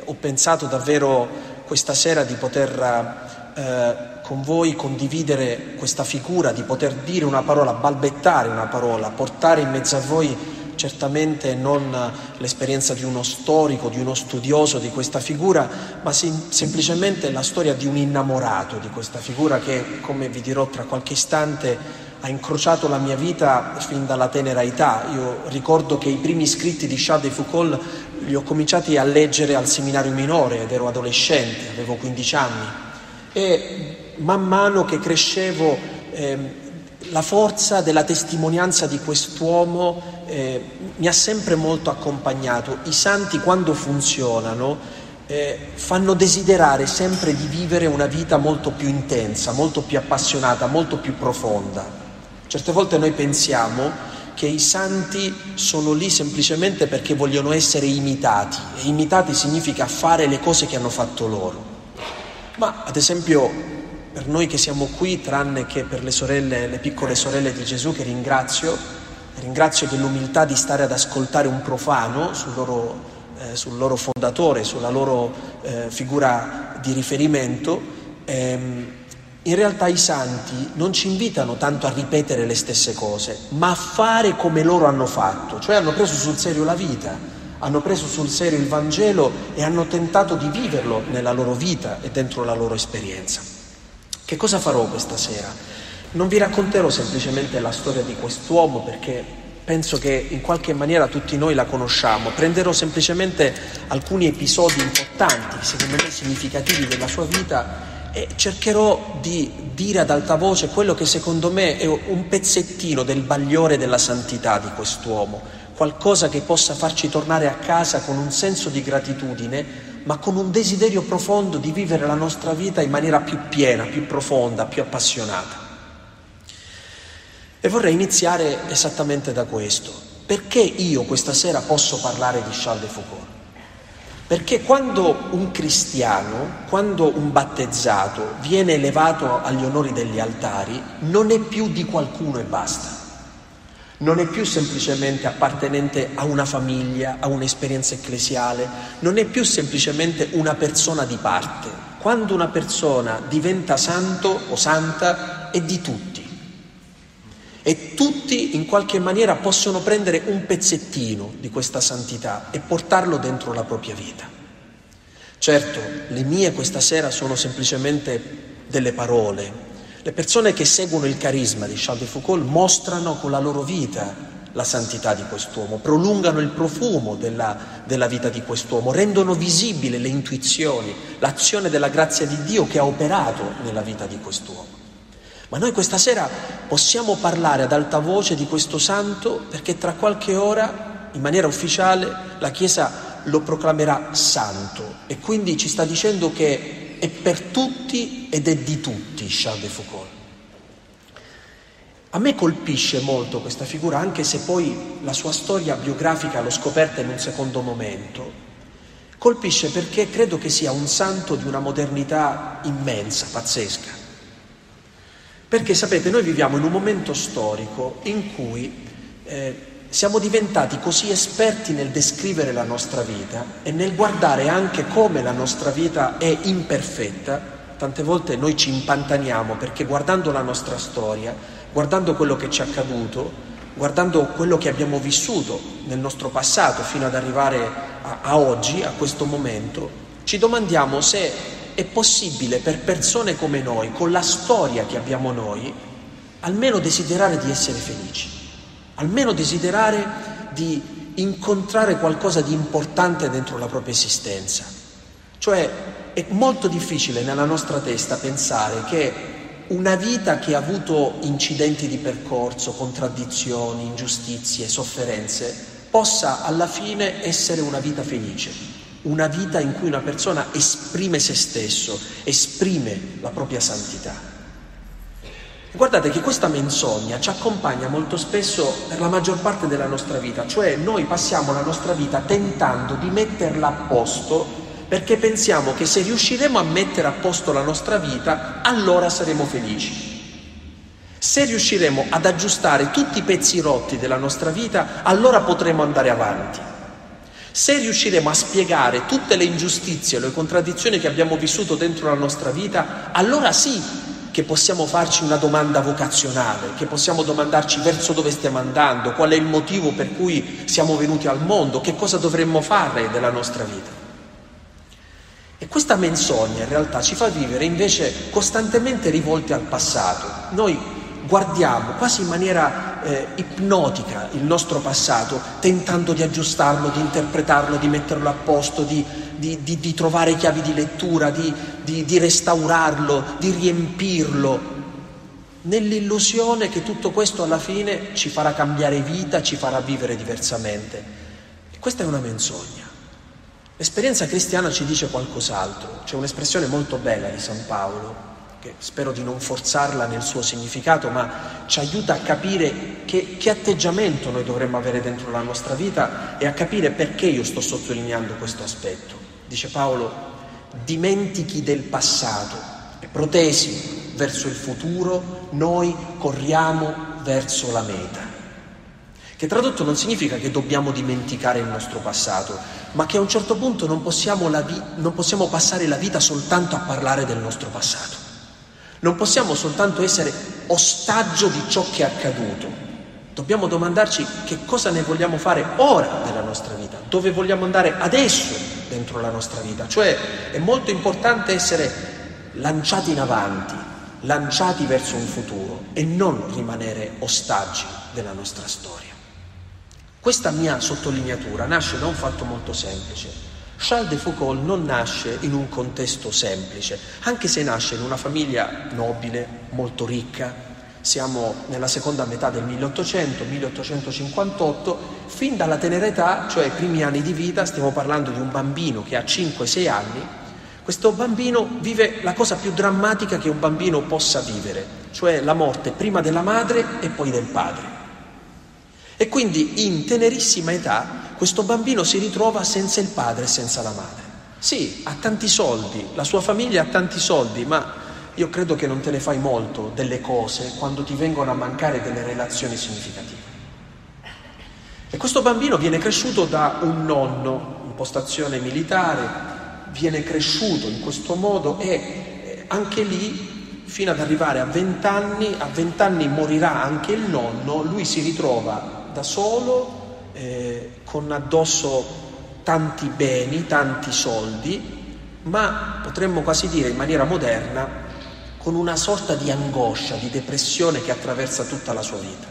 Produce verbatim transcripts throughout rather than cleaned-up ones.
ho pensato davvero questa sera di poter eh, con voi condividere questa figura, di poter dire una parola, balbettare una parola, portare in mezzo a voi certamente non l'esperienza di uno storico, di uno studioso di questa figura, ma sim- semplicemente la storia di un innamorato di questa figura che, come vi dirò tra qualche istante, ha incrociato la mia vita fin dalla tenera età. Io ricordo che i primi scritti di Charles de Foucault li ho cominciati a leggere al seminario minore ed ero adolescente, avevo quindici anni, e man mano che crescevo eh, la forza della testimonianza di quest'uomo eh, mi ha sempre molto accompagnato. I santi, quando funzionano, eh, fanno desiderare sempre di vivere una vita molto più intensa, molto più appassionata, molto più profonda. Certe volte noi pensiamo che i santi sono lì semplicemente perché vogliono essere imitati, e imitati significa fare le cose che hanno fatto loro. Ma ad esempio per noi che siamo qui, tranne che per le sorelle, le piccole sorelle di Gesù, che ringrazio, ringrazio dell'umiltà di stare ad ascoltare un profano sul loro, eh, sul loro fondatore, sulla loro eh, figura di riferimento, ehm, in realtà i santi non ci invitano tanto a ripetere le stesse cose, ma a fare come loro hanno fatto, cioè hanno preso sul serio la vita, hanno preso sul serio il Vangelo e hanno tentato di viverlo nella loro vita e dentro la loro esperienza. Che cosa farò questa sera? Non vi racconterò semplicemente la storia di quest'uomo, perché penso che in qualche maniera tutti noi la conosciamo. Prenderò semplicemente alcuni episodi importanti, secondo me significativi della sua vita, e cercherò di dire ad alta voce quello che secondo me è un pezzettino del bagliore della santità di quest'uomo, qualcosa che possa farci tornare a casa con un senso di gratitudine, ma con un desiderio profondo di vivere la nostra vita in maniera più piena, più profonda, più appassionata. E vorrei iniziare esattamente da questo. Perché io questa sera posso parlare di Charles de Foucault? Perché quando un cristiano, quando un battezzato viene elevato agli onori degli altari, non è più di qualcuno e basta. Non è più semplicemente appartenente a una famiglia, a un'esperienza ecclesiale, non è più semplicemente una persona di parte. Quando una persona diventa santo o santa è di tutti. E tutti in qualche maniera possono prendere un pezzettino di questa santità e portarlo dentro la propria vita. Certo, le mie questa sera sono semplicemente delle parole. Le persone che seguono il carisma di Charles de Foucault mostrano con la loro vita la santità di quest'uomo, prolungano il profumo della, della vita di quest'uomo, rendono visibile le intuizioni, l'azione della grazia di Dio che ha operato nella vita di quest'uomo. Ma noi questa sera possiamo parlare ad alta voce di questo santo perché tra qualche ora, in maniera ufficiale, la Chiesa lo proclamerà santo e quindi ci sta dicendo che è per tutti ed è di tutti Charles de Foucault. A me colpisce molto questa figura, anche se poi la sua storia biografica l'ho scoperta in un secondo momento. Colpisce perché credo che sia un santo di una modernità immensa, pazzesca. Perché sapete, noi viviamo in un momento storico in cui eh, siamo diventati così esperti nel descrivere la nostra vita e nel guardare anche come la nostra vita è imperfetta. Tante volte noi ci impantaniamo perché guardando la nostra storia, guardando quello che ci è accaduto, guardando quello che abbiamo vissuto nel nostro passato fino ad arrivare a, a oggi, a questo momento, ci domandiamo se è possibile per persone come noi, con la storia che abbiamo noi, almeno desiderare di essere felici, almeno desiderare di incontrare qualcosa di importante dentro la propria esistenza. Cioè è molto difficile nella nostra testa pensare che una vita che ha avuto incidenti di percorso, contraddizioni, ingiustizie, sofferenze, possa alla fine essere una vita felice. Una vita in cui una persona esprime se stesso, esprime la propria santità. Guardate che questa menzogna ci accompagna molto spesso per la maggior parte della nostra vita, cioè noi passiamo la nostra vita tentando di metterla a posto perché pensiamo che se riusciremo a mettere a posto la nostra vita, allora saremo felici. Se riusciremo ad aggiustare tutti i pezzi rotti della nostra vita, allora potremo andare avanti. Se riusciremo a spiegare tutte le ingiustizie e le contraddizioni che abbiamo vissuto dentro la nostra vita, allora sì che possiamo farci una domanda vocazionale, che possiamo domandarci verso dove stiamo andando, qual è il motivo per cui siamo venuti al mondo, che cosa dovremmo fare della nostra vita. E questa menzogna in realtà ci fa vivere invece costantemente rivolti al passato. Noi guardiamo quasi in maniera eh, ipnotica il nostro passato, tentando di aggiustarlo, di interpretarlo, di metterlo a posto, di, di, di, di trovare chiavi di lettura, di, di, di restaurarlo, di riempirlo, nell'illusione che tutto questo alla fine ci farà cambiare vita, ci farà vivere diversamente. E questa è una menzogna. L'esperienza cristiana ci dice qualcos'altro. C'è un'espressione molto bella di San Paolo, che spero di non forzarla nel suo significato, ma ci aiuta a capire che, che atteggiamento noi dovremmo avere dentro la nostra vita e a capire perché io sto sottolineando questo aspetto. Dice Paolo: dimentichi del passato e protesi verso il futuro, noi corriamo verso la meta. Che tradotto non significa che dobbiamo dimenticare il nostro passato, ma che a un certo punto non possiamo, la vi- non possiamo passare la vita soltanto a parlare del nostro passato. Non possiamo soltanto essere ostaggio di ciò che è accaduto. Dobbiamo domandarci che cosa ne vogliamo fare ora della nostra vita, dove vogliamo andare adesso dentro la nostra vita. Cioè è molto importante essere lanciati in avanti, lanciati verso un futuro e non rimanere ostaggi della nostra storia. Questa mia sottolineatura nasce da un fatto molto semplice. Charles de Foucauld non nasce in un contesto semplice, anche se nasce in una famiglia nobile, molto ricca. Siamo nella seconda metà del milleottocento, milleottocentocinquantotto, fin dalla tenera età, cioè i primi anni di vita, stiamo parlando di un bambino che ha cinque sei anni. Questo bambino vive la cosa più drammatica che un bambino possa vivere, cioè la morte prima della madre e poi del padre. E quindi in tenerissima età questo bambino si ritrova senza il padre e senza la madre. Sì, ha tanti soldi, la sua famiglia ha tanti soldi, ma io credo che non te ne fai molto delle cose quando ti vengono a mancare delle relazioni significative. E questo bambino viene cresciuto da un nonno in postazione militare, viene cresciuto in questo modo e anche lì, fino ad arrivare a vent'anni, a vent'anni morirà anche il nonno, lui si ritrova da solo, eh, con addosso tanti beni, tanti soldi, ma potremmo quasi dire in maniera moderna con una sorta di angoscia, di depressione che attraversa tutta la sua vita.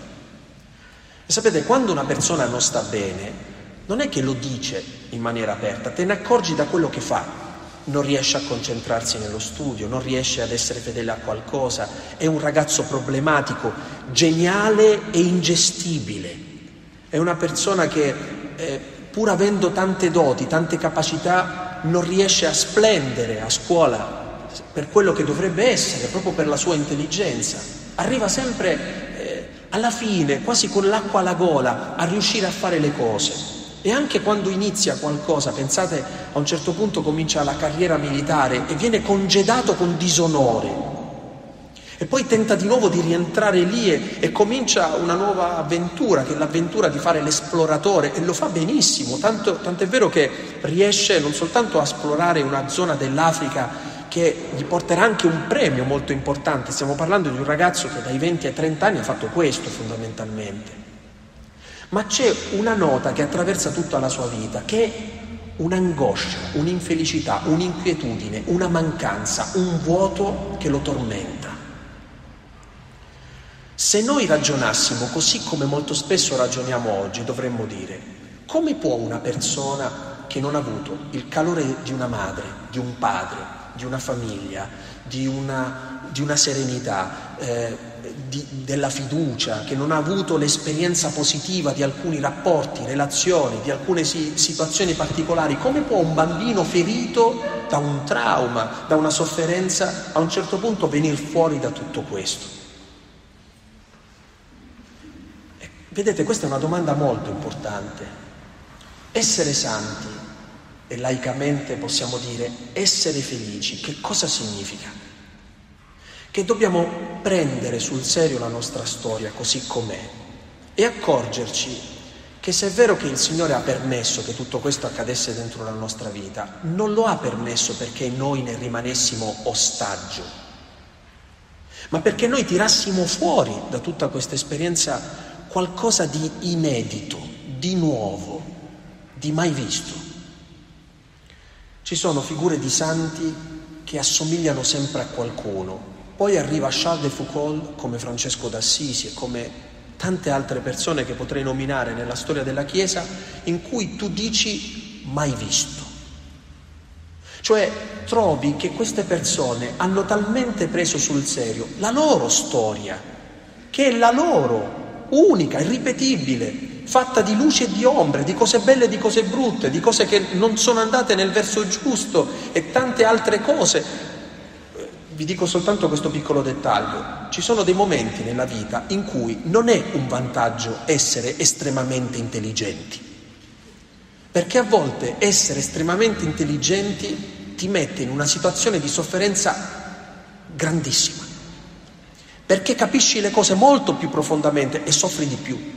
E sapete, quando una persona non sta bene, non è che lo dice in maniera aperta, te ne accorgi da quello che fa. Non riesce a concentrarsi nello studio, non riesce ad essere fedele a qualcosa, è un ragazzo problematico, geniale e ingestibile. È una persona che, eh, pur avendo tante doti, tante capacità, non riesce a splendere a scuola per quello che dovrebbe essere, proprio per la sua intelligenza. Arriva sempre eh, alla fine, quasi con l'acqua alla gola, a riuscire a fare le cose. E anche quando inizia qualcosa, pensate, a un certo punto comincia la carriera militare e viene congedato con disonore. E poi tenta di nuovo di rientrare lì e, e comincia una nuova avventura, che è l'avventura di fare l'esploratore, e lo fa benissimo, tanto, tanto è vero che riesce non soltanto a esplorare una zona dell'Africa che gli porterà anche un premio molto importante. Stiamo parlando di un ragazzo che dai venti ai trenta anni ha fatto questo fondamentalmente. Ma c'è una nota che attraversa tutta la sua vita, che è un'angoscia, un'infelicità, un'inquietudine, una mancanza, un vuoto che lo tormenta. Se noi ragionassimo così come molto spesso ragioniamo oggi, dovremmo dire: come può una persona che non ha avuto il calore di una madre, di un padre, di una famiglia, di una, di una serenità, eh, di, della fiducia, che non ha avuto l'esperienza positiva di alcuni rapporti, relazioni, di alcune si, situazioni particolari, come può un bambino ferito da un trauma, da una sofferenza, a un certo punto venire fuori da tutto questo? Vedete, questa è una domanda molto importante. Essere santi, e laicamente possiamo dire essere felici, che cosa significa? Che dobbiamo prendere sul serio la nostra storia così com'è e accorgerci che se è vero che il Signore ha permesso che tutto questo accadesse dentro la nostra vita, non lo ha permesso perché noi ne rimanessimo ostaggio, ma perché noi tirassimo fuori da tutta questa esperienza qualcosa di inedito, di nuovo, di mai visto. Ci sono figure di santi che assomigliano sempre a qualcuno, poi arriva Charles de Foucauld come Francesco d'Assisi e come tante altre persone che potrei nominare nella storia della Chiesa, in cui tu dici mai visto. Cioè trovi che queste persone hanno talmente preso sul serio la loro storia, che è la loro, unica, irripetibile, fatta di luci e di ombre, di cose belle e di cose brutte, di cose che non sono andate nel verso giusto e tante altre cose. Vi dico soltanto questo piccolo dettaglio. Ci sono dei momenti nella vita in cui non è un vantaggio essere estremamente intelligenti, perché a volte essere estremamente intelligenti ti mette in una situazione di sofferenza grandissima, perché capisci le cose molto più profondamente e soffri di più.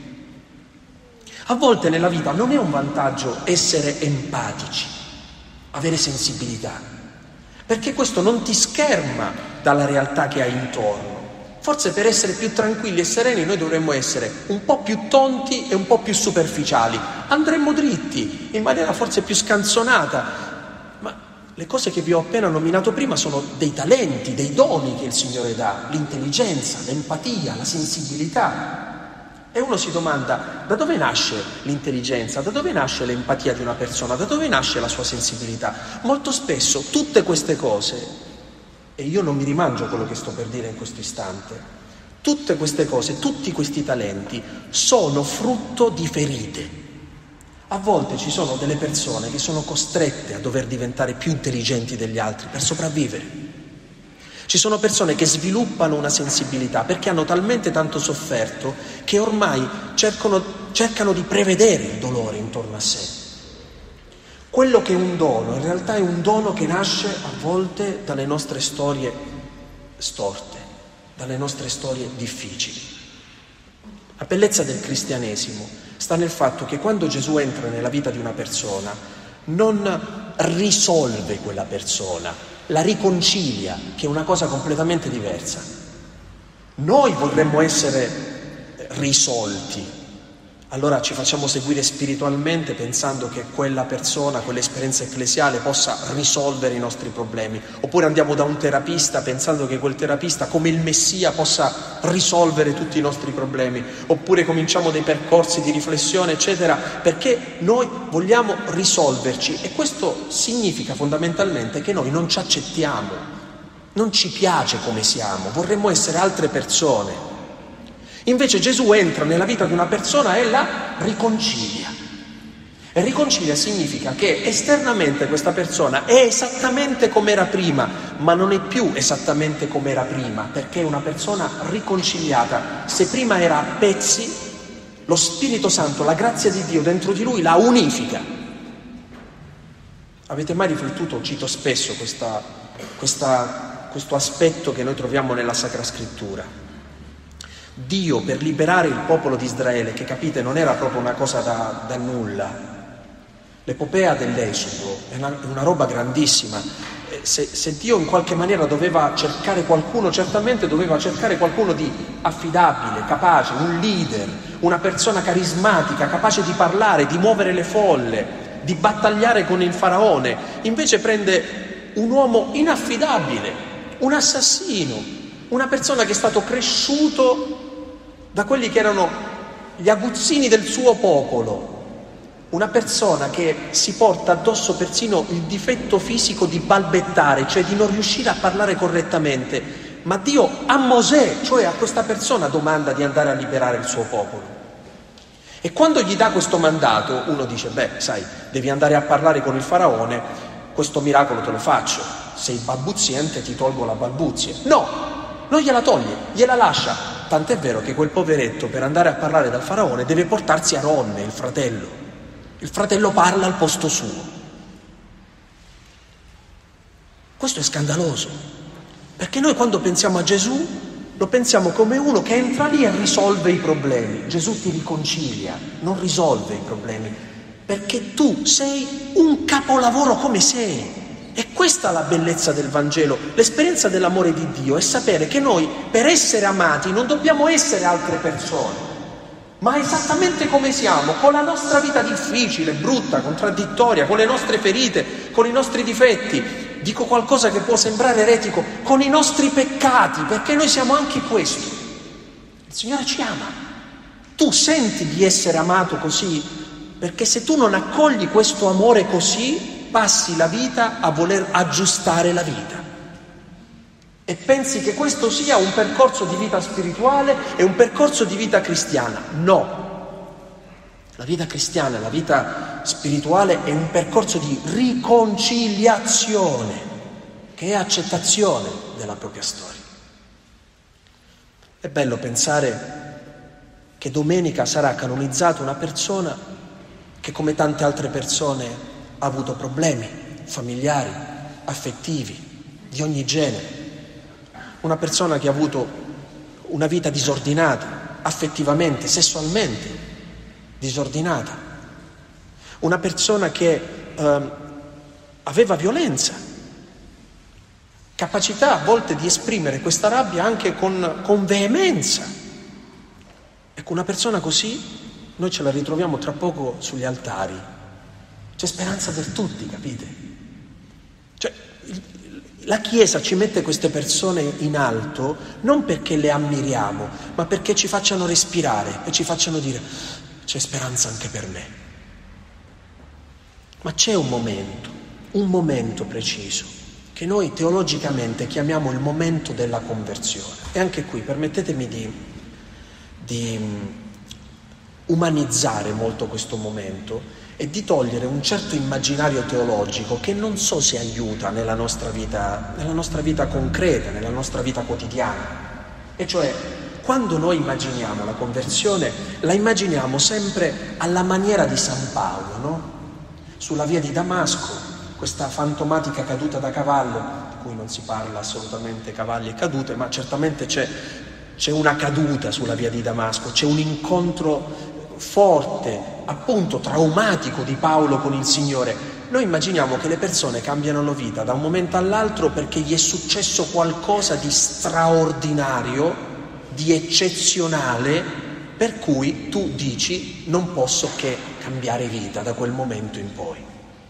A volte nella vita non è un vantaggio essere empatici, avere sensibilità, perché questo non ti scherma dalla realtà che hai intorno. Forse per essere più tranquilli e sereni noi dovremmo essere un po' più tonti e un po' più superficiali. Andremmo dritti, in maniera forse più scanzonata. Ma le cose che vi ho appena nominato prima sono dei talenti, dei doni che il Signore dà, l'intelligenza, l'empatia, la sensibilità. E uno si domanda: da dove nasce l'intelligenza? Da dove nasce l'empatia di una persona? Da dove nasce la sua sensibilità? Molto spesso tutte queste cose, e io non mi rimangio quello che sto per dire in questo istante, tutte queste cose, tutti questi talenti sono frutto di ferite. A volte ci sono delle persone che sono costrette a dover diventare più intelligenti degli altri per sopravvivere. Ci sono persone che sviluppano una sensibilità perché hanno talmente tanto sofferto che ormai cercano, cercano di prevedere il dolore intorno a sé. Quello che è un dono, in realtà è un dono che nasce a volte dalle nostre storie storte, dalle nostre storie difficili. La bellezza del cristianesimo sta nel fatto che quando Gesù entra nella vita di una persona non risolve quella persona, la riconcilia, che è una cosa completamente diversa. Noi vorremmo essere risolti, allora ci facciamo seguire spiritualmente pensando che quella persona, quell'esperienza ecclesiale possa risolvere i nostri problemi, oppure andiamo da un terapista pensando che quel terapista, come il Messia, possa risolvere tutti i nostri problemi, oppure cominciamo dei percorsi di riflessione eccetera, perché noi vogliamo risolverci, e questo significa fondamentalmente che noi non ci accettiamo, non ci piace come siamo, vorremmo essere altre persone. Invece Gesù entra nella vita di una persona e la riconcilia. E riconcilia significa che esternamente questa persona è esattamente come era prima, ma non è più esattamente come era prima, perché è una persona riconciliata. Se prima era a pezzi, lo Spirito Santo, la grazia di Dio dentro di lui la unifica. Avete mai riflettuto, cito spesso questa, questa, questo aspetto che noi troviamo nella Sacra Scrittura. Dio, per liberare il popolo di Israele, che capite non era proprio una cosa da, da nulla, l'epopea dell'Esodo è una, una roba grandissima. Se, se Dio in qualche maniera doveva cercare qualcuno, certamente doveva cercare qualcuno di affidabile, capace, un leader, una persona carismatica, capace di parlare, di muovere le folle, di battagliare con il faraone. Invece prende un uomo inaffidabile, un assassino, una persona che è stato cresciuto da quelli che erano gli aguzzini del suo popolo, una persona che si porta addosso persino il difetto fisico di balbettare, cioè di non riuscire a parlare correttamente, ma Dio a Mosè, cioè a questa persona, domanda di andare a liberare il suo popolo. E quando gli dà questo mandato, uno dice: beh, sai, devi andare a parlare con il faraone, questo miracolo te lo faccio, sei balbuziente, ti tolgo la balbuzie. No, non gliela toglie, gliela lascia. Tant'è vero che quel poveretto, per andare a parlare dal faraone, deve portarsi Aronne, il fratello. Il fratello parla al posto suo. Questo è scandaloso, perché noi quando pensiamo a Gesù lo pensiamo come uno che entra lì e risolve i problemi. Gesù ti riconcilia, non risolve i problemi, perché tu sei un capolavoro come sei. E questa è la bellezza del Vangelo, l'esperienza dell'amore di Dio, è sapere che noi per essere amati non dobbiamo essere altre persone, ma esattamente come siamo, con la nostra vita difficile, brutta, contraddittoria, con le nostre ferite, con i nostri difetti. Dico qualcosa che può sembrare eretico, con i nostri peccati, perché noi siamo anche questo. Il Signore ci ama. Tu senti di essere amato così, perché se tu non accogli questo amore così, passi la vita a voler aggiustare la vita e pensi che questo sia un percorso di vita spirituale e un percorso di vita cristiana. No, la vita cristiana, la vita spirituale è un percorso di riconciliazione, che è accettazione della propria storia. È bello pensare che domenica sarà canonizzata una persona che, come tante altre persone, ha avuto problemi familiari, affettivi, di ogni genere. Una persona che ha avuto una vita disordinata, affettivamente, sessualmente disordinata. Una persona che eh, aveva violenza, capacità a volte di esprimere questa rabbia anche con, con veemenza. Ecco, una persona così noi ce la ritroviamo tra poco sugli altari. C'è speranza per tutti, capite? Cioè, la Chiesa ci mette queste persone in alto non perché le ammiriamo, ma perché ci facciano respirare e ci facciano dire c'è speranza anche per me. Ma c'è un momento, un momento preciso, che noi teologicamente chiamiamo il momento della conversione. E anche qui permettetemi di, di umanizzare molto questo momento e di togliere un certo immaginario teologico che non so se aiuta nella nostra vita, nella nostra vita concreta, nella nostra vita quotidiana. E cioè, quando noi immaginiamo la conversione, la immaginiamo sempre alla maniera di San Paolo, no? Sulla via di Damasco, questa fantomatica caduta da cavallo, di cui non si parla assolutamente cavalli e cadute, ma certamente c'è, c'è una caduta sulla via di Damasco, c'è un incontro forte, appunto traumatico di Paolo con il Signore. Noi immaginiamo che le persone cambiano la vita da un momento all'altro perché gli è successo qualcosa di straordinario, di eccezionale, per cui tu dici non posso che cambiare vita da quel momento in poi.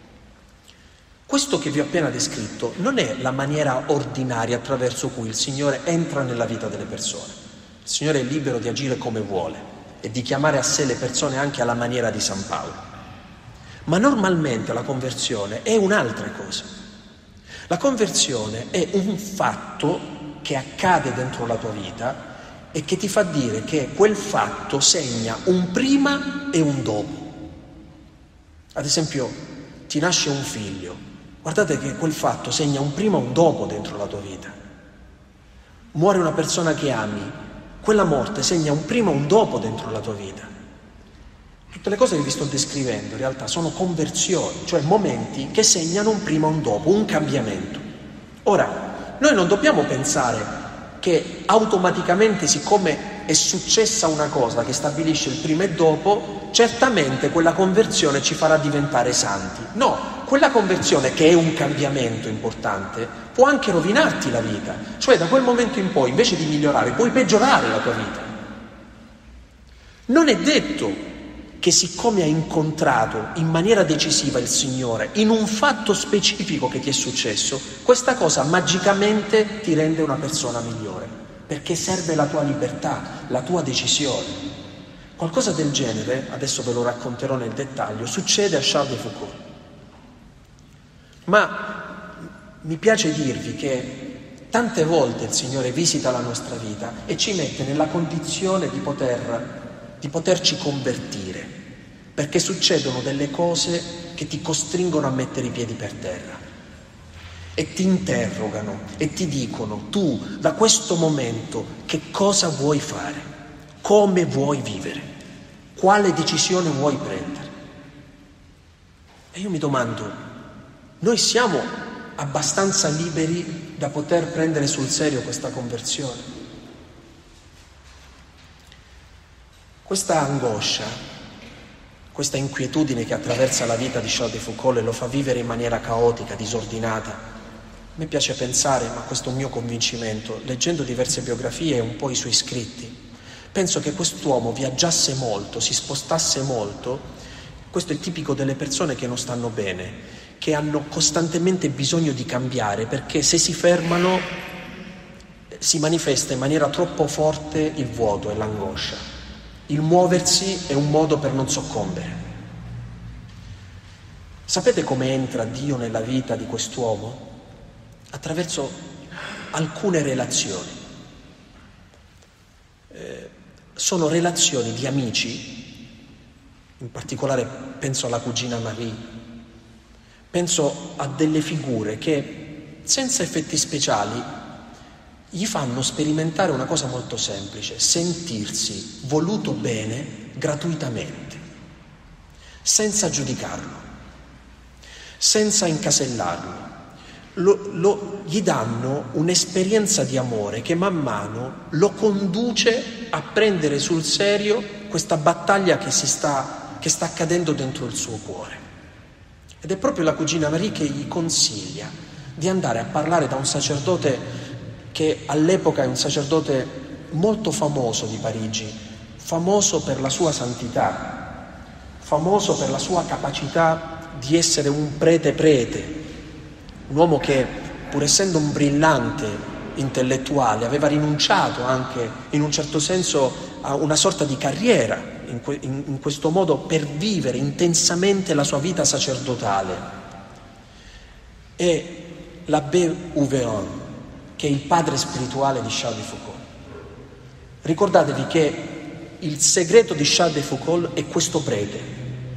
Questo che vi ho appena descritto non è la maniera ordinaria attraverso cui il Signore entra nella vita delle persone. Il Signore è libero di agire come vuole e di chiamare a sé le persone anche alla maniera di San Paolo. Ma normalmente la conversione è un'altra cosa. La conversione è un fatto che accade dentro la tua vita e che ti fa dire che quel fatto segna un prima e un dopo. Ad esempio, ti nasce un figlio. Guardate che quel fatto segna un prima e un dopo dentro la tua vita. Muore una persona che ami. Quella morte segna un prima e un dopo dentro la tua vita. Tutte le cose che vi sto descrivendo in realtà sono conversioni, cioè momenti che segnano un prima e un dopo, un cambiamento. Ora, noi non dobbiamo pensare che automaticamente, siccome è successa una cosa che stabilisce il prima e dopo, certamente quella conversione ci farà diventare santi. No, quella conversione, che è un cambiamento importante, può anche rovinarti la vita. Cioè, da quel momento in poi, invece di migliorare, puoi peggiorare la tua vita. Non è detto che siccome hai incontrato in maniera decisiva il Signore in un fatto specifico che ti è successo, questa cosa magicamente ti rende una persona migliore, perché serve la tua libertà, la tua decisione. Qualcosa del genere, adesso ve lo racconterò nel dettaglio, succede a Charles de Foucauld. Ma mi piace dirvi che tante volte il Signore visita la nostra vita e ci mette nella condizione di poter di poterci convertire, perché succedono delle cose che ti costringono a mettere i piedi per terra e ti interrogano e ti dicono: tu da questo momento che cosa vuoi fare, come vuoi vivere, quale decisione vuoi prendere? E io mi domando, noi siamo abbastanza liberi da poter prendere sul serio questa conversione? Questa angoscia, questa inquietudine che attraversa la vita di Charles de Foucault e lo fa vivere in maniera caotica, disordinata, a me piace pensare, ma questo è un mio convincimento, leggendo diverse biografie e un po' i suoi scritti, penso che quest'uomo viaggiasse molto, si spostasse molto. Questo è tipico delle persone che non stanno bene, che hanno costantemente bisogno di cambiare, perché se si fermano si manifesta in maniera troppo forte il vuoto e l'angoscia. Il muoversi è un modo per non soccombere. Sapete come entra Dio nella vita di quest'uomo? Attraverso alcune relazioni. Eh, sono relazioni di amici, in particolare penso alla cugina Marie, penso a delle figure che senza effetti speciali gli fanno sperimentare una cosa molto semplice: sentirsi voluto bene gratuitamente, senza giudicarlo, senza incasellarlo. Lo, lo, gli danno un'esperienza di amore che man mano lo conduce a prendere sul serio questa battaglia che, si sta, che sta accadendo dentro il suo cuore. Ed è proprio la cugina Marie che gli consiglia di andare a parlare da un sacerdote che all'epoca è un sacerdote molto famoso di Parigi, famoso per la sua santità, famoso per la sua capacità di essere un prete-prete, un uomo che, pur essendo un brillante intellettuale, aveva rinunciato anche in un certo senso a una sorta di carriera in, que- in questo modo per vivere intensamente la sua vita sacerdotale. E l'abbé Ouveron, che è il padre spirituale di Charles de Foucault. Ricordatevi che il segreto di Charles de Foucault è questo prete.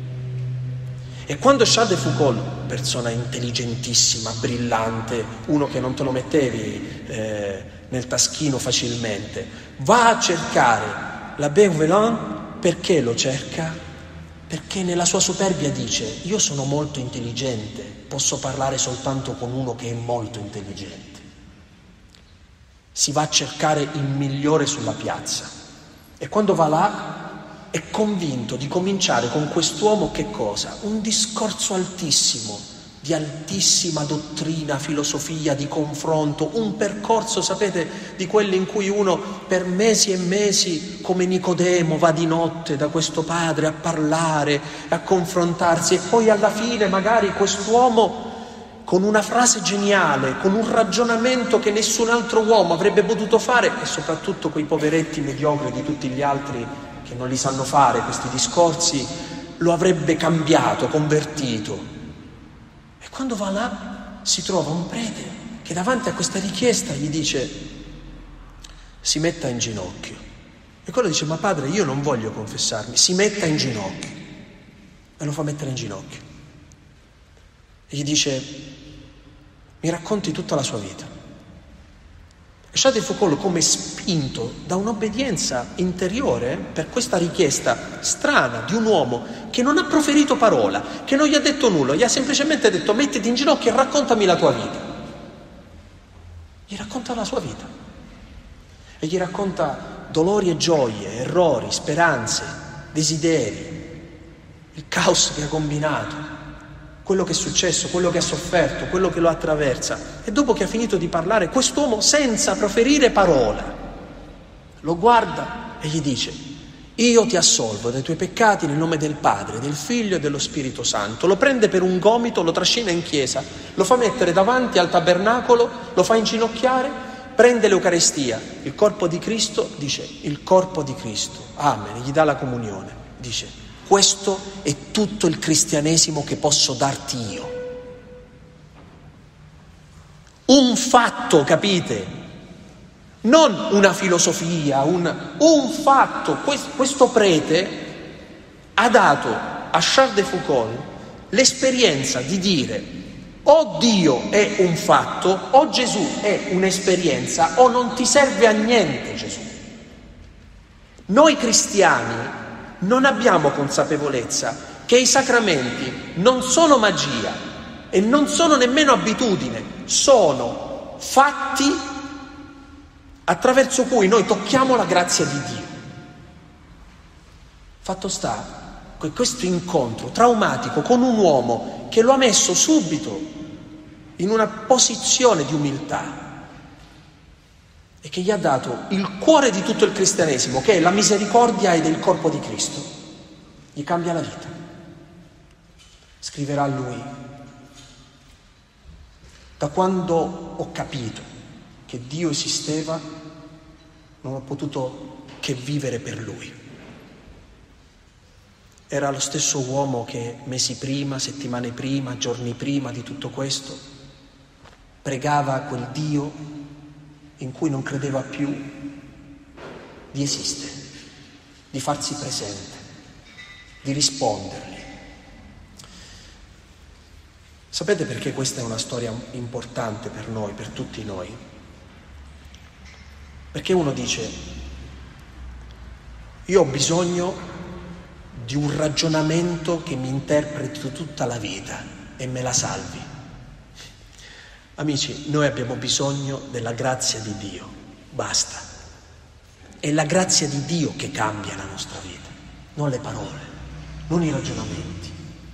E quando Charles de Foucault, persona intelligentissima, brillante, uno che non te lo mettevi eh, nel taschino facilmente, va a cercare l'abbé Ouveron, perché lo cerca? Perché nella sua superbia dice: io sono molto intelligente, posso parlare soltanto con uno che è molto intelligente. Si va a cercare il migliore sulla piazza e quando va là è convinto di cominciare con quest'uomo che cosa? Un discorso altissimo, di altissima dottrina, filosofia, di confronto, un percorso, sapete, di quelli in cui uno per mesi e mesi, come Nicodemo, va di notte da questo padre a parlare, a confrontarsi, e poi alla fine magari quest'uomo con una frase geniale, con un ragionamento che nessun altro uomo avrebbe potuto fare, e soprattutto quei poveretti mediocri di tutti gli altri che non li sanno fare questi discorsi, lo avrebbe cambiato, convertito. E quando va là si trova un prete che davanti a questa richiesta gli dice: si metta in ginocchio. E quello dice: ma padre, io non voglio confessarmi. Si metta in ginocchio. E lo fa mettere in ginocchio e gli dice: mi racconti tutta la sua vita. E Charles de Foucault, come spinto da un'obbedienza interiore per questa richiesta strana di un uomo che non ha proferito parola, che non gli ha detto nulla, gli ha semplicemente detto: mettiti in ginocchio e raccontami la tua vita. Gli racconta la sua vita e gli racconta dolori e gioie, errori, speranze, desideri, il caos che ha combinato, quello che è successo, quello che ha sofferto, quello che lo attraversa. E dopo che ha finito di parlare, quest'uomo, senza proferire parola, lo guarda e gli dice: io ti assolvo dai tuoi peccati nel nome del Padre, del Figlio e dello Spirito Santo. Lo prende per un gomito, lo trascina in chiesa, lo fa mettere davanti al tabernacolo, lo fa inginocchiare, prende l'Eucaristia, il corpo di Cristo, dice: il corpo di Cristo, amen, gli dà la comunione, dice: questo è tutto il cristianesimo che posso darti io. Un fatto, capite? Non una filosofia, un, un fatto. Questo prete ha dato a Charles de Foucault l'esperienza di dire: o Dio è un fatto, o Gesù è un'esperienza, o non ti serve a niente Gesù. Noi cristiani non abbiamo consapevolezza che i sacramenti non sono magia e non sono nemmeno abitudine, sono fatti attraverso cui noi tocchiamo la grazia di Dio. Fatto sta che questo incontro traumatico con un uomo che lo ha messo subito in una posizione di umiltà e che gli ha dato il cuore di tutto il cristianesimo, che è la misericordia ed il corpo di Cristo, gli cambia la vita. Scriverà lui: da quando ho capito che Dio esisteva, non ho potuto che vivere per Lui. Era lo stesso uomo che mesi prima, settimane prima, giorni prima di tutto questo, pregava quel Dio in cui non credeva più di esistere, di farsi presente, di rispondergli. Sapete perché questa è una storia importante per noi, per tutti noi? Perché uno dice: io ho bisogno di un ragionamento che mi interpreti tutta la vita e me la salvi. Amici, noi abbiamo bisogno della grazia di Dio, basta. È la grazia di Dio che cambia la nostra vita, non le parole, non i ragionamenti.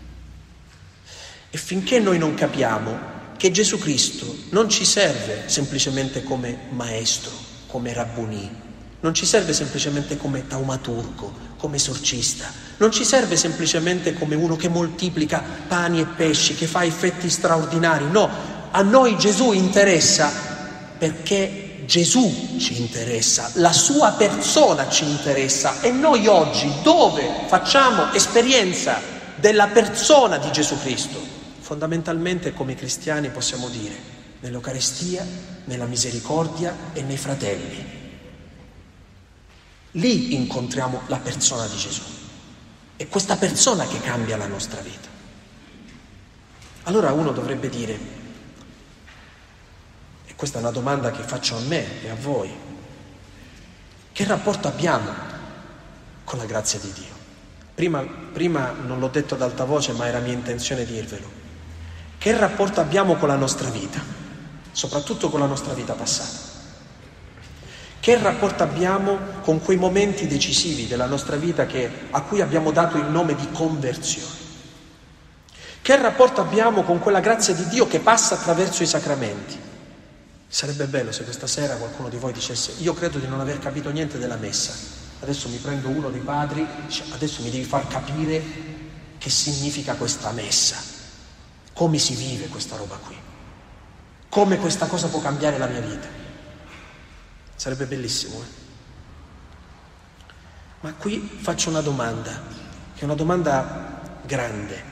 E finché noi non capiamo che Gesù Cristo non ci serve semplicemente come maestro, come rabbunì, non ci serve semplicemente come taumaturgo, come esorcista, non ci serve semplicemente come uno che moltiplica pani e pesci, che fa effetti straordinari. No, a noi Gesù interessa perché Gesù ci interessa, la sua persona ci interessa, e noi oggi dove facciamo esperienza della persona di Gesù Cristo? Fondamentalmente, come cristiani, possiamo dire nell'Eucaristia, nella misericordia e nei fratelli. Lì incontriamo la persona di Gesù. È questa persona che cambia la nostra vita. Allora uno dovrebbe dire, e questa è una domanda che faccio a me e a voi: che rapporto abbiamo con la grazia di Dio? Prima, prima non l'ho detto ad alta voce, ma era mia intenzione dirvelo. Che rapporto abbiamo con la nostra vita, soprattutto con la nostra vita passata? Che rapporto abbiamo con quei momenti decisivi della nostra vita che, a cui abbiamo dato il nome di conversione? Che rapporto abbiamo con quella grazia di Dio che passa attraverso i sacramenti? Sarebbe bello se questa sera qualcuno di voi dicesse: io credo di non aver capito niente della messa, adesso mi prendo uno dei padri, adesso mi devi far capire che significa questa messa, come si vive questa roba qui, come questa cosa può cambiare la mia vita. Sarebbe bellissimo, eh? Ma qui faccio una domanda, che è una domanda grande.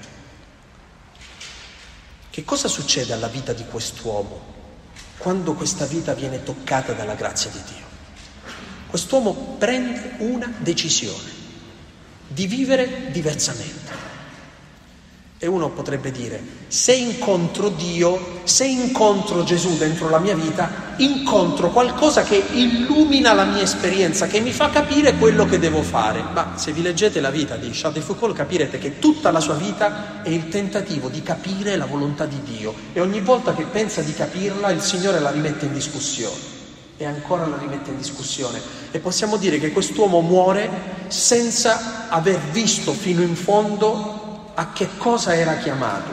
Che cosa succede alla vita di quest'uomo quando questa vita viene toccata dalla grazia di Dio? Quest'uomo prende una decisione di vivere diversamente. E uno potrebbe dire: se incontro Dio, se incontro Gesù dentro la mia vita, incontro qualcosa che illumina la mia esperienza, che mi fa capire quello che devo fare. Ma se vi leggete la vita di Charles de Foucault capirete che tutta la sua vita è il tentativo di capire la volontà di Dio, e ogni volta che pensa di capirla il Signore la rimette in discussione e ancora la rimette in discussione. E possiamo dire che quest'uomo muore senza aver visto fino in fondo a che cosa era chiamato.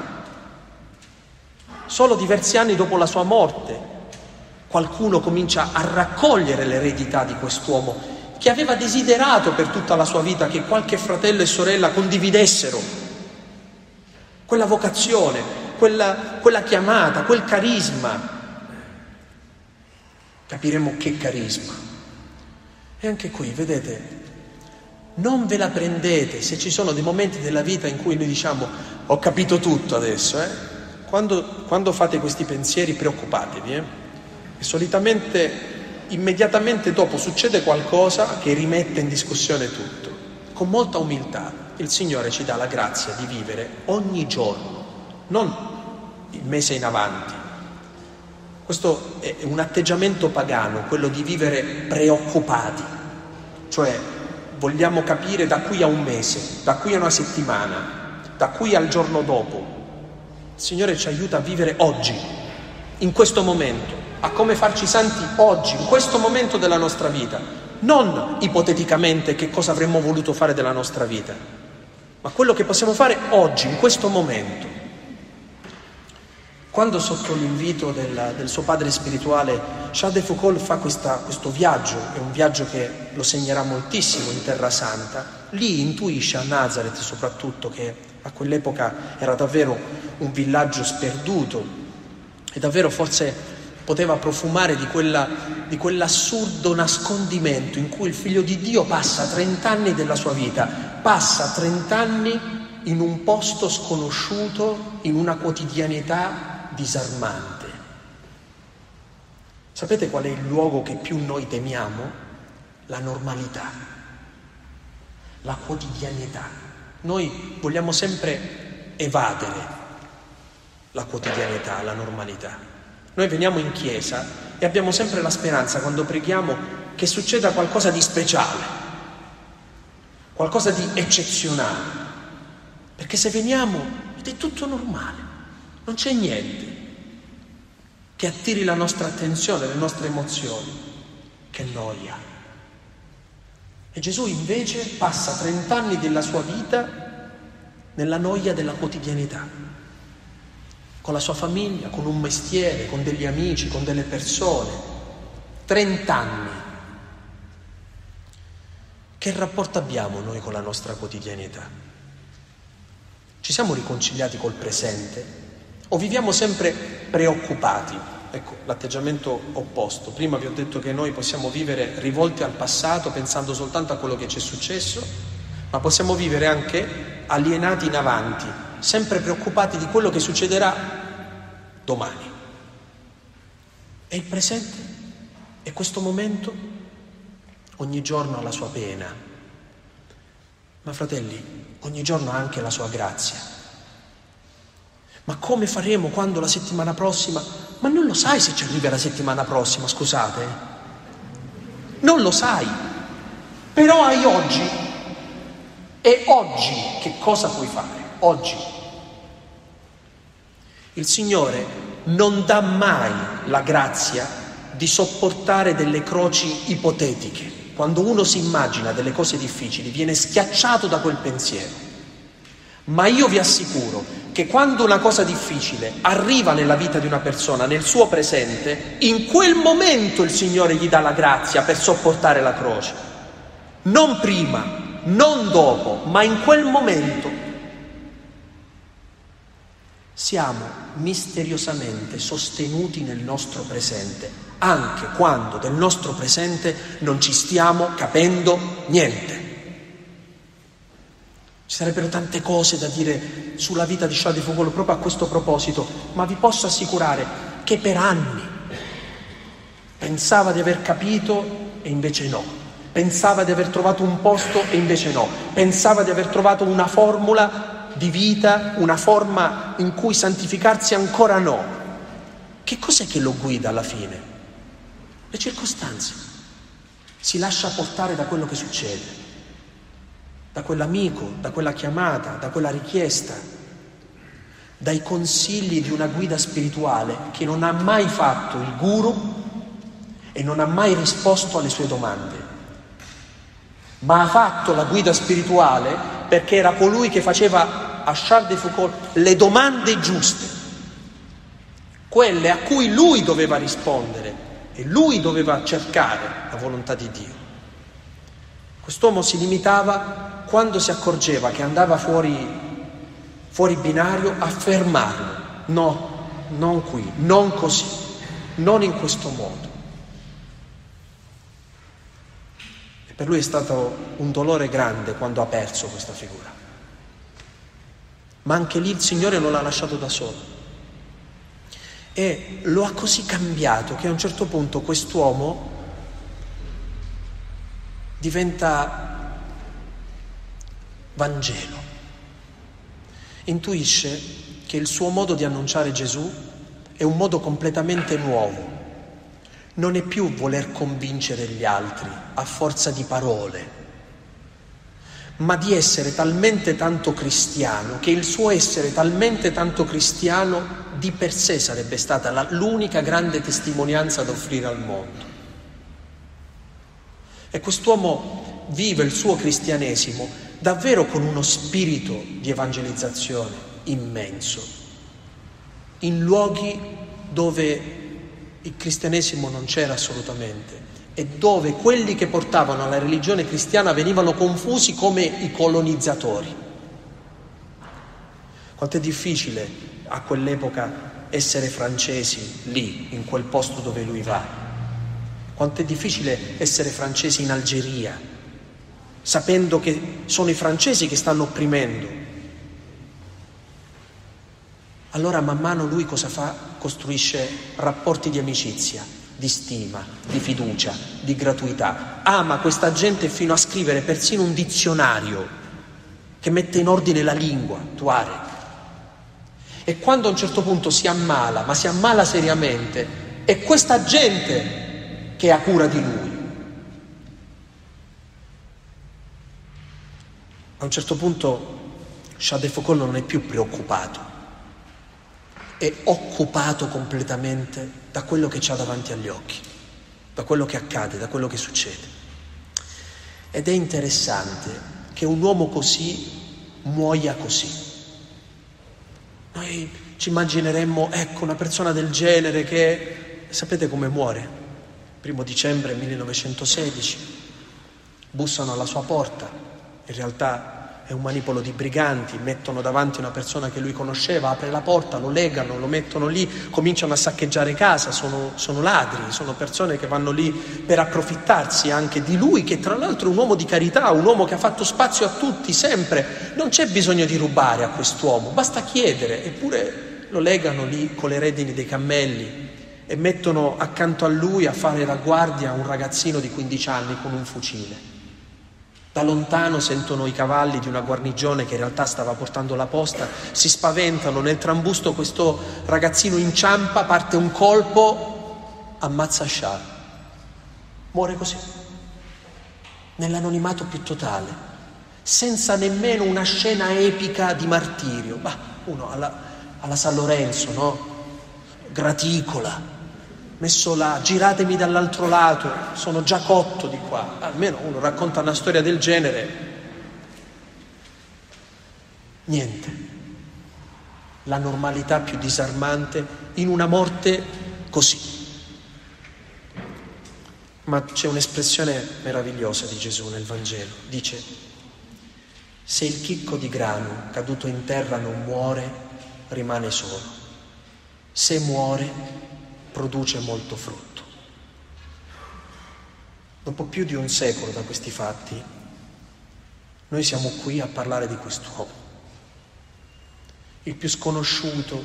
Solo diversi anni dopo la sua morte qualcuno comincia a raccogliere l'eredità di quest'uomo, che aveva desiderato per tutta la sua vita che qualche fratello e sorella condividessero quella vocazione, quella, quella chiamata, quel carisma. Capiremo che carisma. E anche qui, vedete, non ve la prendete se ci sono dei momenti della vita in cui noi diciamo: ho capito tutto adesso, eh? Quando, quando fate questi pensieri preoccupatevi, eh? E solitamente, immediatamente dopo, succede qualcosa che rimette in discussione tutto. Con molta umiltà il Signore ci dà la grazia di vivere ogni giorno, non il mese in avanti. Questo è un atteggiamento pagano, quello di vivere preoccupati, cioè vogliamo capire da qui a un mese, da qui a una settimana, da qui al giorno dopo. Il Signore ci aiuta a vivere oggi, in questo momento, a come farci santi oggi, in questo momento della nostra vita. non ipoteticamente che cosa avremmo voluto fare della nostra vita, ma quello che possiamo fare oggi, in questo momento. Quando sotto l'invito del, del suo padre spirituale Charles de Foucauld fa questa, questo viaggio, è un viaggio che lo segnerà moltissimo in Terra Santa, lì intuisce a Nazareth soprattutto, che a quell'epoca era davvero un villaggio sperduto e davvero forse poteva profumare di, quella, di quell'assurdo nascondimento in cui il Figlio di Dio passa trent'anni della sua vita, passa trent'anni in un posto sconosciuto, in una quotidianità disarmante. Sapete qual è il luogo che più noi temiamo? La normalità, la quotidianità. Noi vogliamo sempre evadere la quotidianità, la normalità. Noi veniamo in chiesa e abbiamo sempre la speranza, quando preghiamo, che succeda qualcosa di speciale, qualcosa di eccezionale. Perché se veniamo ed è tutto normale, non c'è niente che attiri la nostra attenzione, le nostre emozioni. Che noia. E Gesù invece passa trent'anni della sua vita nella noia della quotidianità, con la sua famiglia, con un mestiere, con degli amici, con delle persone. Trent'anni. Che rapporto abbiamo noi con la nostra quotidianità? Ci siamo riconciliati col presente? O viviamo sempre preoccupati? Ecco, l'atteggiamento opposto. Prima vi ho detto che noi possiamo vivere rivolti al passato, pensando soltanto a quello che ci è successo, ma possiamo vivere anche alienati in avanti, sempre preoccupati di quello che succederà domani. E il presente? E questo momento? Ogni giorno ha la sua pena. Ma fratelli, ogni giorno ha anche la sua grazia. Ma come faremo quando la settimana prossima? Ma non lo sai se ci arriva la settimana prossima, scusate. Non lo sai. Però hai oggi. E oggi che cosa puoi fare? Oggi. Il Signore non dà mai la grazia di sopportare delle croci ipotetiche. Quando uno si immagina delle cose difficili, viene schiacciato da quel pensiero. Ma io vi assicuro che quando una cosa difficile arriva nella vita di una persona, nel suo presente, in quel momento il Signore gli dà la grazia per sopportare la croce. Non prima, non dopo, ma in quel momento. Siamo misteriosamente sostenuti nel nostro presente, anche quando del nostro presente non ci stiamo capendo niente. Ci sarebbero tante cose da dire sulla vita di Charles de Foucauld proprio a questo proposito, ma vi posso assicurare che per anni pensava di aver capito e invece no, pensava di aver trovato un posto e invece no, pensava di aver trovato una formula di vita, una forma in cui santificarsi ancora no. Che cos'è che lo guida alla fine? Le circostanze. Si lascia portare da quello che succede, da quell'amico, da quella chiamata, da quella richiesta, dai consigli di una guida spirituale che non ha mai fatto il guru e non ha mai risposto alle sue domande, ma ha fatto la guida spirituale perché era colui che faceva a Charles de Foucauld le domande giuste, quelle a cui lui doveva rispondere e lui doveva cercare la volontà di Dio. Quest'uomo si limitava, quando si accorgeva che andava fuori, fuori binario, a fermarlo. No, non qui, non così, non in questo modo. E per lui è stato un dolore grande quando ha perso questa figura. Ma anche lì il Signore non l'ha lasciato da solo. E lo ha così cambiato che a un certo punto quest'uomo diventa Vangelo. Intuisce che il suo modo di annunciare Gesù è un modo completamente nuovo. Non è più voler convincere gli altri a forza di parole, ma di essere talmente tanto cristiano che il suo essere talmente tanto cristiano di per sé sarebbe stata la, l'unica grande testimonianza da offrire al mondo. E quest'uomo vive il suo cristianesimo davvero con uno spirito di evangelizzazione immenso, in luoghi dove il cristianesimo non c'era assolutamente e dove quelli che portavano la religione cristiana venivano confusi come i colonizzatori. Quanto è difficile a quell'epoca essere francesi lì, in quel posto dove lui va. Quanto è difficile essere francesi in Algeria, sapendo che sono i francesi che stanno opprimendo. Allora man mano lui cosa fa? Costruisce rapporti di amicizia, di stima, di fiducia, di gratuità. Ama questa gente fino a scrivere persino un dizionario che mette in ordine la lingua Tuareg. E quando a un certo punto si ammala, ma si ammala seriamente, è questa gente che ha cura di lui. A un certo punto Charles de Foucauld non è più preoccupato, è occupato completamente da quello che c'ha davanti agli occhi, da quello che accade, da quello che succede. Ed è interessante che un uomo così muoia così. Noi ci immagineremmo, ecco, una persona del genere che, sapete come muore? Primo dicembre millenovecentosedici, bussano alla sua porta, in realtà è un manipolo di briganti, mettono davanti una persona che lui conosceva, apre la porta, lo legano, lo mettono lì, cominciano a saccheggiare casa, sono, sono ladri, sono persone che vanno lì per approfittarsi anche di lui, che tra l'altro è un uomo di carità, un uomo che ha fatto spazio a tutti, sempre. Non c'è bisogno di rubare a quest'uomo, basta chiedere, eppure lo legano lì con le redini dei cammelli e mettono accanto a lui a fare la guardia un ragazzino di quindici anni con un fucile. Da lontano sentono i cavalli di una guarnigione che in realtà stava portando la posta, si spaventano, nel trambusto questo ragazzino inciampa, parte un colpo, ammazza Charles. Muore così, nell'anonimato più totale, senza nemmeno una scena epica di martirio. Ma uno alla, alla San Lorenzo, no? Graticola, messo là, giratemi dall'altro lato, sono già cotto di qua. Almeno uno racconta una storia del genere. Niente. La normalità più disarmante in una morte così. Ma c'è un'espressione meravigliosa di Gesù nel Vangelo. Dice: se il chicco di grano caduto in terra non muore, rimane solo. Se muore, produce molto frutto. Dopo più di un secolo da questi fatti, noi siamo qui a parlare di quest'uomo, il più sconosciuto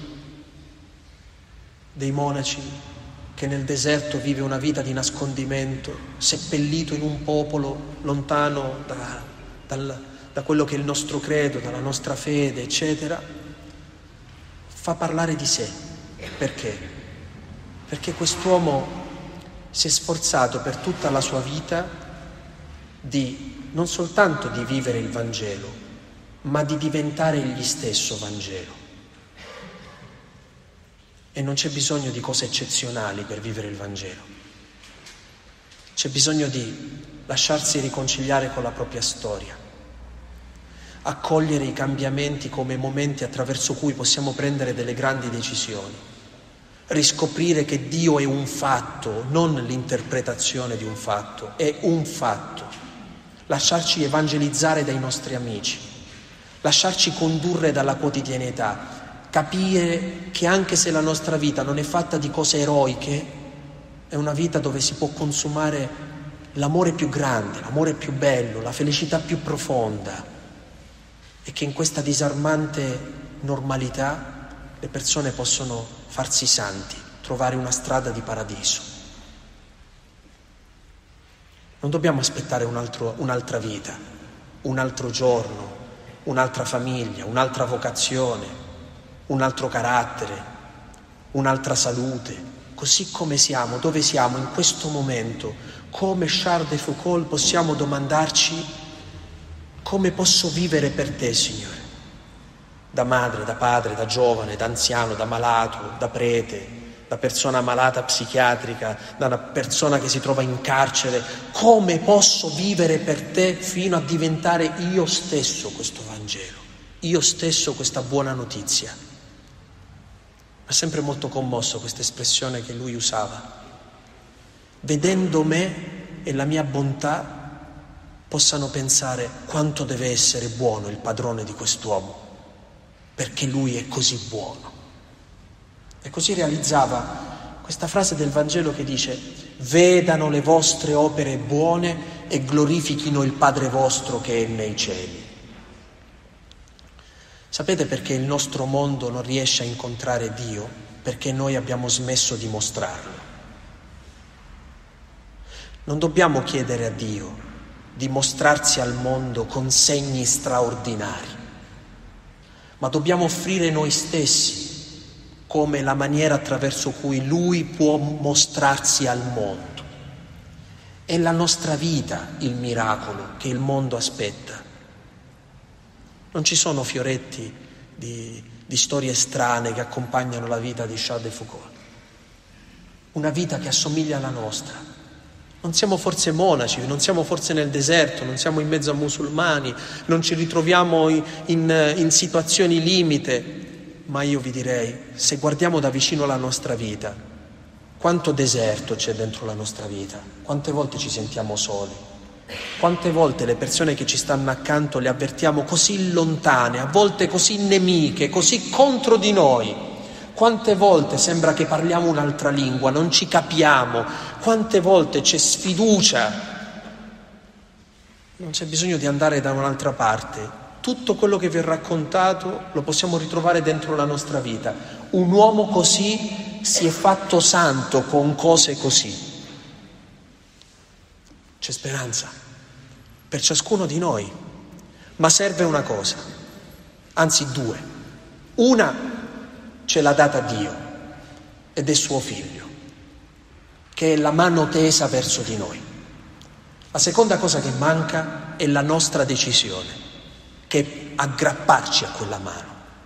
dei monaci che nel deserto vive una vita di nascondimento, seppellito in un popolo lontano da, dal, da quello che è il nostro credo, dalla nostra fede, eccetera, fa parlare di sé. Perché? Perché quest'uomo si è sforzato per tutta la sua vita di non soltanto di vivere il Vangelo, ma di diventare egli stesso Vangelo. E non c'è bisogno di cose eccezionali per vivere il Vangelo. C'è bisogno di lasciarsi riconciliare con la propria storia, accogliere i cambiamenti come momenti attraverso cui possiamo prendere delle grandi decisioni. Riscoprire che Dio è un fatto, non l'interpretazione di un fatto, è un fatto. Lasciarci evangelizzare dai nostri amici, lasciarci condurre dalla quotidianità, capire che anche se la nostra vita non è fatta di cose eroiche, è una vita dove si può consumare l'amore più grande, l'amore più bello, la felicità più profonda, e che in questa disarmante normalità le persone possono farsi santi, trovare una strada di paradiso. Non dobbiamo aspettare un altro, un'altra vita, un altro giorno, un'altra famiglia, un'altra vocazione, un altro carattere, un'altra salute. Così come siamo, dove siamo in questo momento, come Charles de Foucauld possiamo domandarci: come posso vivere per te, Signore? Da madre, da padre, da giovane, da anziano, da malato, da prete, da persona malata psichiatrica, da una persona che si trova in carcere. Come posso vivere per te fino a diventare io stesso questo Vangelo, io stesso questa buona notizia? Mi ha sempre molto commosso questa espressione che lui usava. Vedendo me e la mia bontà possano pensare quanto deve essere buono il padrone di quest'uomo, perché lui è così buono. E così realizzava questa frase del Vangelo che dice: vedano le vostre opere buone e glorifichino il Padre vostro che è nei cieli. Sapete perché il nostro mondo non riesce a incontrare Dio? Perché noi abbiamo smesso di mostrarlo. Non dobbiamo chiedere a Dio di mostrarsi al mondo con segni straordinari, ma dobbiamo offrire noi stessi come la maniera attraverso cui Lui può mostrarsi al mondo. È la nostra vita il miracolo che il mondo aspetta. Non ci sono fioretti di, di storie strane che accompagnano la vita di Charles de Foucault. Una vita che assomiglia alla nostra. Non siamo forse monaci, non siamo forse nel deserto, non siamo in mezzo a musulmani, non ci ritroviamo in, in, in situazioni limite. Ma io vi direi, se guardiamo da vicino la nostra vita, quanto deserto c'è dentro la nostra vita, quante volte ci sentiamo soli, quante volte le persone che ci stanno accanto le avvertiamo così lontane, a volte così nemiche, così contro di noi, quante volte sembra che parliamo un'altra lingua, non ci capiamo, quante volte c'è sfiducia, non c'è bisogno di andare da un'altra parte. Tutto quello che vi ho raccontato lo possiamo ritrovare dentro la nostra vita. Un uomo così si è fatto santo con cose così. C'è speranza per ciascuno di noi, ma serve una cosa, anzi due. Una ce l'ha data Dio ed è suo figlio, che è la mano tesa verso di noi. La seconda cosa che manca è la nostra decisione, che è aggrapparci a quella mano.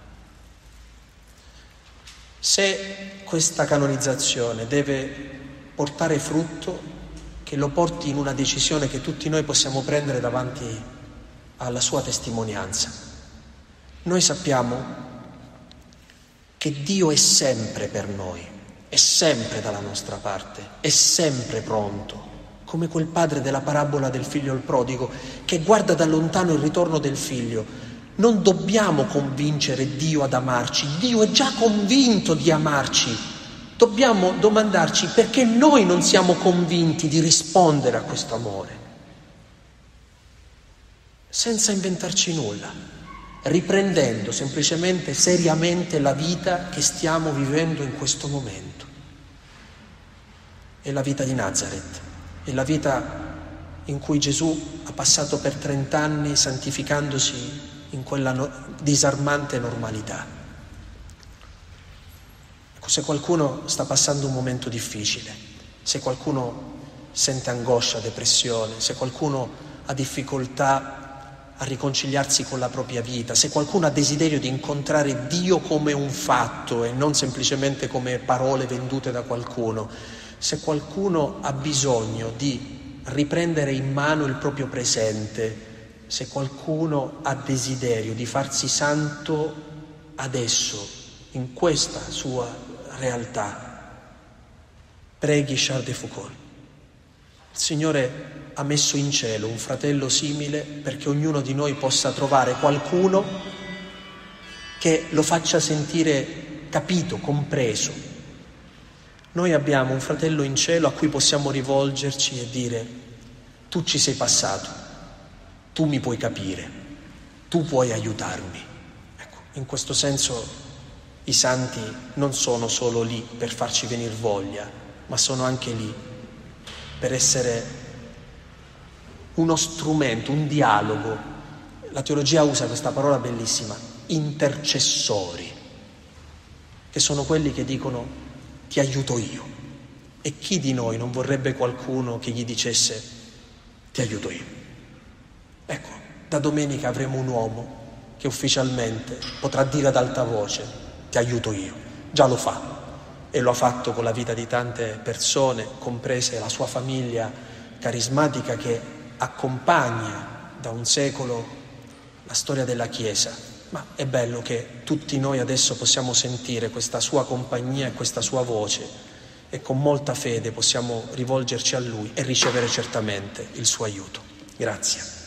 Se questa canonizzazione deve portare frutto, che lo porti in una decisione che tutti noi possiamo prendere davanti alla sua testimonianza. Noi sappiamo che Dio è sempre per noi, è sempre dalla nostra parte, è sempre pronto, come quel padre della parabola del figlio il prodigo che guarda da lontano il ritorno del figlio. Non dobbiamo convincere Dio ad amarci, Dio è già convinto di amarci. Dobbiamo domandarci perché noi non siamo convinti di rispondere a questo amore, senza inventarci nulla, riprendendo semplicemente seriamente la vita che stiamo vivendo in questo momento. È la vita di Nazareth. È la vita in cui Gesù ha passato per trent'anni santificandosi in quella no- disarmante normalità. Ecco, se qualcuno sta passando un momento difficile, se qualcuno sente angoscia, depressione, se qualcuno ha difficoltà a riconciliarsi con la propria vita, se qualcuno ha desiderio di incontrare Dio come un fatto e non semplicemente come parole vendute da qualcuno, se qualcuno ha bisogno di riprendere in mano il proprio presente, se qualcuno ha desiderio di farsi santo adesso, in questa sua realtà, preghi Charles de Foucault. Il Signore ha messo in cielo un fratello simile perché ognuno di noi possa trovare qualcuno che lo faccia sentire capito, compreso. Noi abbiamo un fratello in cielo a cui possiamo rivolgerci e dire: tu ci sei passato, tu mi puoi capire, tu puoi aiutarmi. Ecco, in questo senso i santi non sono solo lì per farci venire voglia, ma sono anche lì per essere uno strumento, un dialogo. La teologia usa questa parola bellissima, intercessori, che sono quelli che dicono: ti aiuto io. E chi di noi non vorrebbe qualcuno che gli dicesse: ti aiuto io? Ecco, da domenica avremo un uomo che ufficialmente potrà dire ad alta voce: ti aiuto io. Già lo fa e lo ha fatto con la vita di tante persone, comprese la sua famiglia carismatica che accompagna da un secolo la storia della Chiesa. Ma è bello che tutti noi adesso possiamo sentire questa sua compagnia e questa sua voce e con molta fede possiamo rivolgerci a Lui e ricevere certamente il suo aiuto. Grazie.